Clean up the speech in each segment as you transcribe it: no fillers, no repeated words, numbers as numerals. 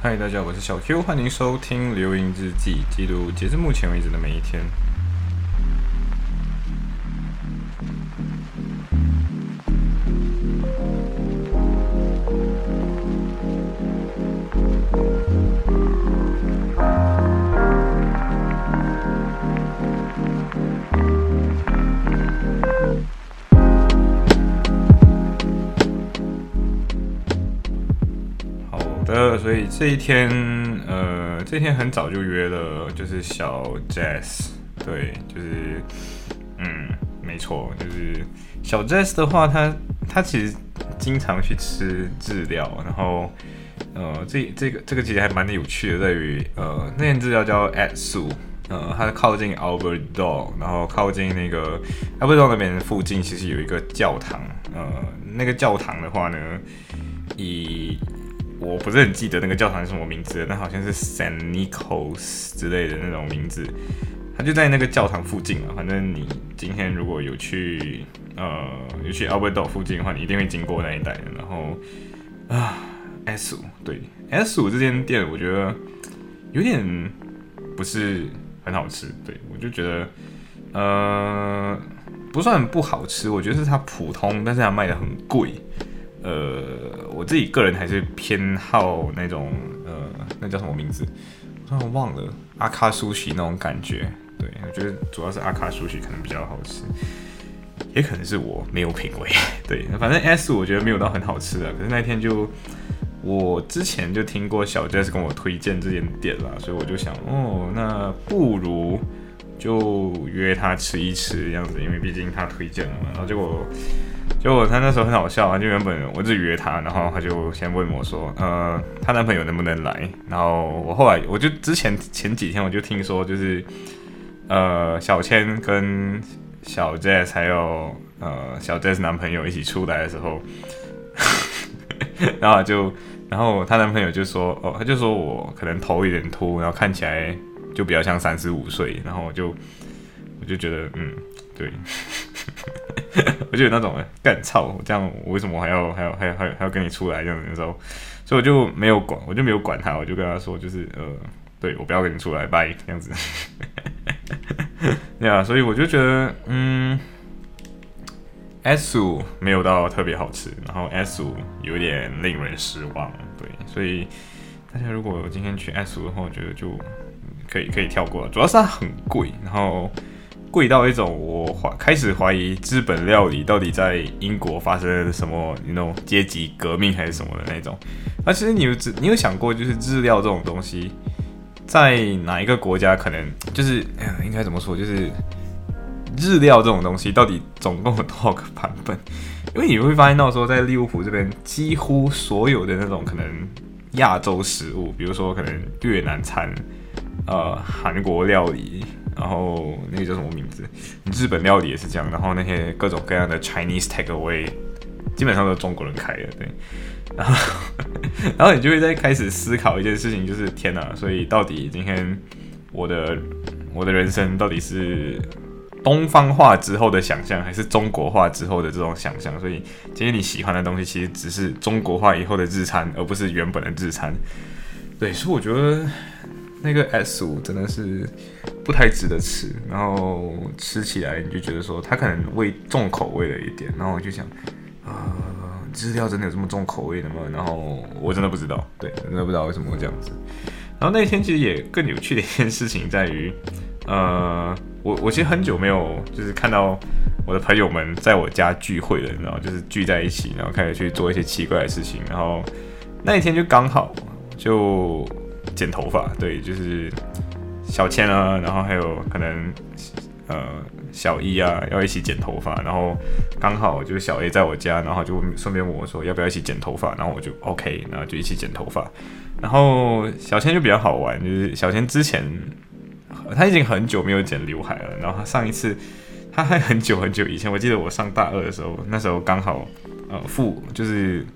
嗨，大家好，我是小 Q，欢迎收听流萤日记，记录截至目前为止的每一天。所以这一天很早就约了，就是小 Jazz， 对，就是没错，就是小 Jazz 的话，他其实经常去吃日料，然后这个其实还蛮有趣的，在于那间日料叫 Atsu， 它靠近 Albert Dock， 然后靠近那个 Albert Dock 那边附近，其实有一个教堂，那个教堂的话呢，我不是很记得那个教堂是什么名字，但好像是 Saint Nicholas 之类的那种名字。它就在那个教堂附近嘛。反正你今天如果有去Albert Dock 附近的话，你一定会经过那一带的。然后S5，对 S5这间店，我觉得有点不是很好吃。对，我就觉得不算不好吃，我觉得是它普通，但是它卖的很贵。我自己个人还是偏好那种那叫什么名字？我突然忘了，阿卡苏喜那种感觉。对，我觉得主要是阿卡苏喜可能比较好吃，也可能是我没有品味。对，反正 S 我觉得没有到很好吃的，可是那天我之前就听过小 Jazz 跟我推荐这间店啦，所以我就想，那不如就约他吃一吃这样子，因为毕竟他推荐了嘛。然后结果他那时候很好笑啊，就原本我自己约他，然后他就先问我说，她男朋友能不能来？然后我就前几天我就听说，就是小千跟小 Jazz 还有小 Jazz 男朋友一起出来的时候，然后她男朋友就说，他就说我可能头有点秃，然后看起来就比较像35岁，然后我就觉得对。我就有那种干操，这样我为什么还要跟你出来这样子的时候，所以我就没有管他，我就跟他说，就是对我不要跟你出来，拜这样子。对啊，所以我就觉得S5没有到特别好吃，然后 S5有点令人失望，对，所以大家如果今天去 S5的话，我觉得就可以跳过了，主要是它很贵，然后贵到一种我开始怀疑日本料理到底在英国发生了什么那种阶级革命还是什么的那种。其实你有想过，就是日料这种东西，在哪一个国家可能就是应该怎么说，就是日料这种东西到底总共有多少个版本？因为你会发现到说，在利物浦这边几乎所有的那种可能亚洲食物，比如说可能越南餐、韩国料理。然后那个叫什么名字？日本料理也是这样，然后那些各种各样的 Chinese takeaway 基本上都是中国人开的，对。然后你就会在开始思考一件事情，就是天哪！所以到底今天我的人生到底是东方化之后的想象，还是中国化之后的这种想象？所以今天你喜欢的东西，其实只是中国化以后的日餐，而不是原本的日餐。对，所以我觉得那个 S5真的是不太值得吃，然后吃起来你就觉得说它可能重口味了一点，然后我就想，日料真的有这么重口味的吗？然后我真的不知道，对，真的不知道为什么会这样子。然后那天其实也更有趣的一件事情在于，我其实很久没有就是看到我的朋友们在我家聚会了，然后就是聚在一起，然后开始去做一些奇怪的事情，然后那一天就刚好就剪头发，对，就是小千啊，然后还有可能小一啊要一起剪头发，然后刚好就是小 A 在我家，然后就顺便问我说要不要一起剪头发，然后我就 OK， 然后就一起剪头发。然后小千就比较好玩，就是小千之前他已经很久没有剪刘海了，然后他上一次他还很久以前，我记得我上大2的时候，那时候刚好就是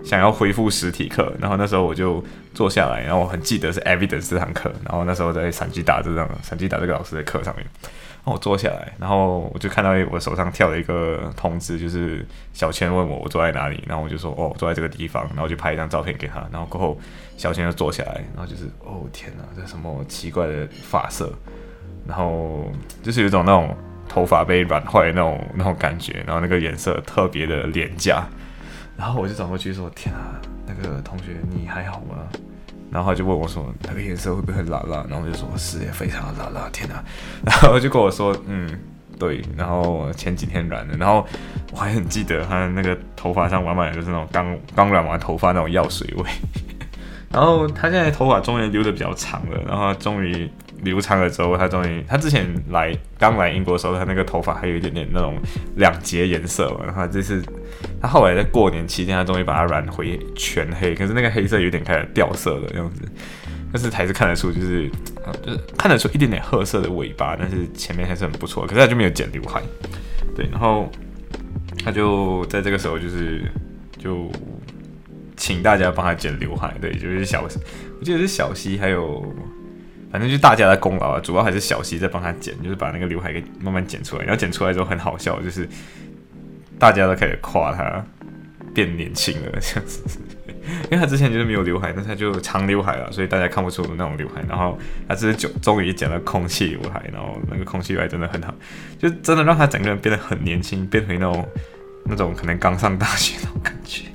想要恢复实体课，然后那时候我就坐下来，然后我很记得是 Evidence 这堂课，然后那时候在闪击打这个老师的课上面，然后我坐下来，然后我就看到我手上跳了一个通知，就是小千问我坐在哪里，然后我就说我坐在这个地方，然后我就拍一张照片给他，然后过后小千就坐下来，然后就是天哪，这什么奇怪的发色，然后就是有一种那种头发被染坏的那种感觉，然后那个颜色特别的廉价，然后我就转过去说：“天啊，那个同学你还好吗？”然后他就问我说：“那个颜色会不会很辣辣？”然后我就说：“是，非常的辣辣，天啊！”然后就跟我说：“对。”然后前几天染的，然后我还很记得他那个头发上满满的就是那种刚染完头发那种药水味。然后他现在头发终于留得比较长了，然后他终于留长了之后，他之前刚来英国的时候，他那个头发还有一点点那种两节颜色嘛，然后他后来在过年期间，他终于把它染回全黑，可是那个黑色有点开始掉色了这样子，但是还是看得出就是看得出一点点褐色的尾巴，但是前面还是很不错，可是他就没有剪刘海，对，然后他就在这个时候就请大家帮他剪刘海，对，就是我记得是小西还有。反正就是大家的功劳啊，主要还是小西在帮他剪，就是把那个刘海给慢慢剪出来。然后剪出来之后很好笑，就是大家都开始夸他变年轻了这样子，因为他之前就是没有刘海，但是他就长刘海了，所以大家看不出那种刘海。然后他这是终于剪了空气刘海，然后那个空气刘海真的很好，就真的让他整个人变得很年轻，变回那种可能刚上大学那种感觉。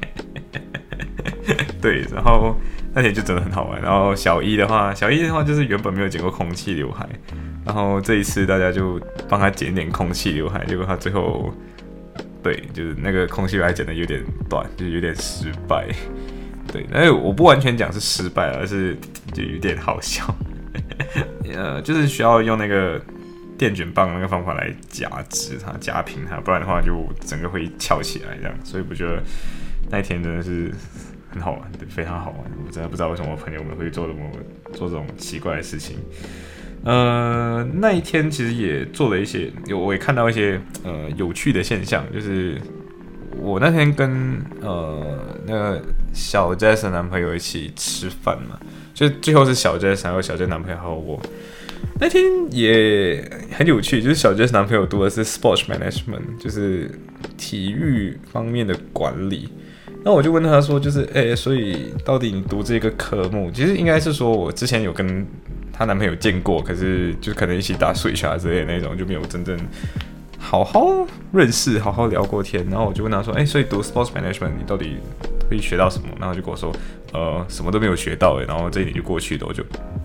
对，然后那天就真的很好玩。然后小一的话就是原本没有剪过空气刘海，然后这一次大家就帮他剪点空气刘海，结果他最后对，就是那个空气刘海剪得有点短，就是有点失败。对，但是我不完全讲是失败，而是就有点好笑。就是需要用那个电卷棒那个方法来夹直它、夹平它，不然的话就整个会翘起来这样。所以我觉得那一天真的是很好玩，对，非常好玩。我真的不知道为什么我朋友们会做这种奇怪的事情。那一天其实也做了一些，我也看到一些有趣的现象，就是我那天跟那个小 Jess 的男朋友一起吃饭嘛，就最后是小 Jess 还有小 Jess 男朋友还有我。那天也很有趣，就是小 Jess 男朋友读的是 Sports Management， 就是体育方面的管理。那我就问他说，就是所以到底你读这个科目，其实应该是说我之前有跟她男朋友见过，可是就可能一起打Switch啊之类的那种，就没有真正好好认识、好好聊过天。然后我就问他说，所以读 Sports Management 你到底会学到什么？然后就跟我说，什么都没有学到然后这一点就过去了，我就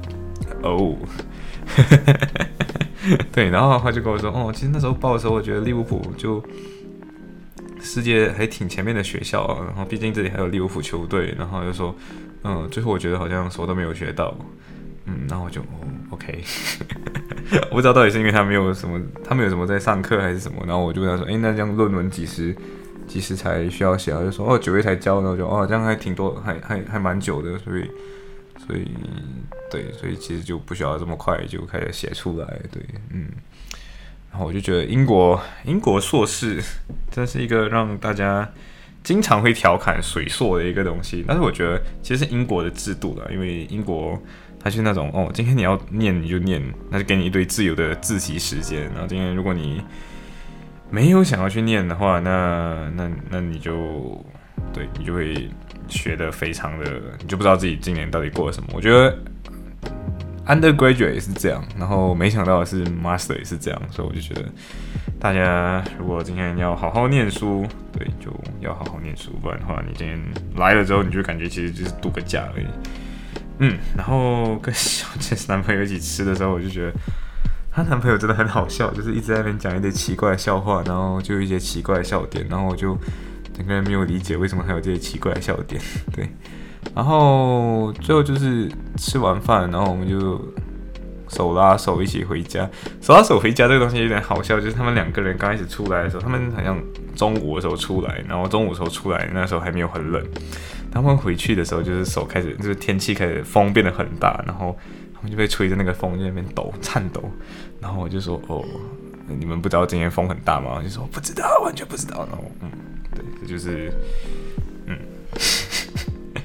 对，然后他就跟我说，其实那时候报的时候，我觉得利物浦就世界还挺前面的学校然后毕竟这里还有利物浦球队，然后就说，最后我觉得好像什么都没有学到，然后我就OK， 我不知道到底是因为他没有什么在上课还是什么，然后我就问他说，那这样论文几时才需要写？他就说9月才交，然后就这样还挺多，还蛮久的，所以对，所以其实就不需要这么快就开始写出来，对，然后我就觉得英国硕士真是一个让大家经常会调侃水硕的一个东西，但是我觉得其实是英国的制度啦，因为英国它是那种今天你要念你就念，那就给你一堆自由的自习时间，然后今天如果你没有想要去念的话，那你就对你就会学得非常的，你就不知道自己今年到底过了什么。我觉得 undergraduate 也是这样，然后没想到的是 master 也是这样，所以我就觉得大家如果今天要好好念书，对，就要好好念书，不然的话，你今天来了之后，你就感觉其实就是度个假而已。然后跟小 Jess 男朋友一起吃的时候，我就觉得她男朋友真的很好笑，就是一直在那边讲一些奇怪的笑话，然后就有一些奇怪的笑点，然后我就整个人没有理解为什么还有这些奇怪的笑点，对。然后最后就是吃完饭，然后我们就手拉手一起回家。手拉手回家这个东西有点好笑，就是他们两个人刚开始出来的时候，他们好像中午的时候出来，然后中午的时候出来，那时候还没有很冷。他们回去的时候，就是手开始，就是天气开始风变得很大，然后他们就被吹着那个风在那边颤抖。然后我就说你们不知道今天风很大吗？我就说不知道，完全不知道。然后对，这就是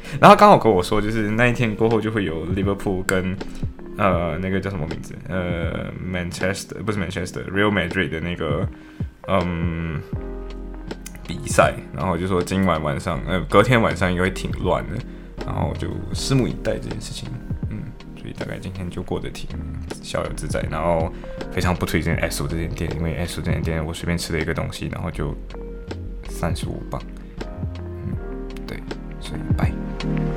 然后刚好跟我说，就是那一天过后就会有 Liverpool 跟那个叫什么名字Manchester 不是 Manchester Real Madrid 的那个比赛，然后就说今晚晚上隔天晚上应该会挺乱的，然后就拭目以待这件事情。所以大概今天就过得挺逍遥自在，然后非常不推荐 S 这间店，因为 S 这间店我随便吃了一个东西，然后就35磅。对，所以拜。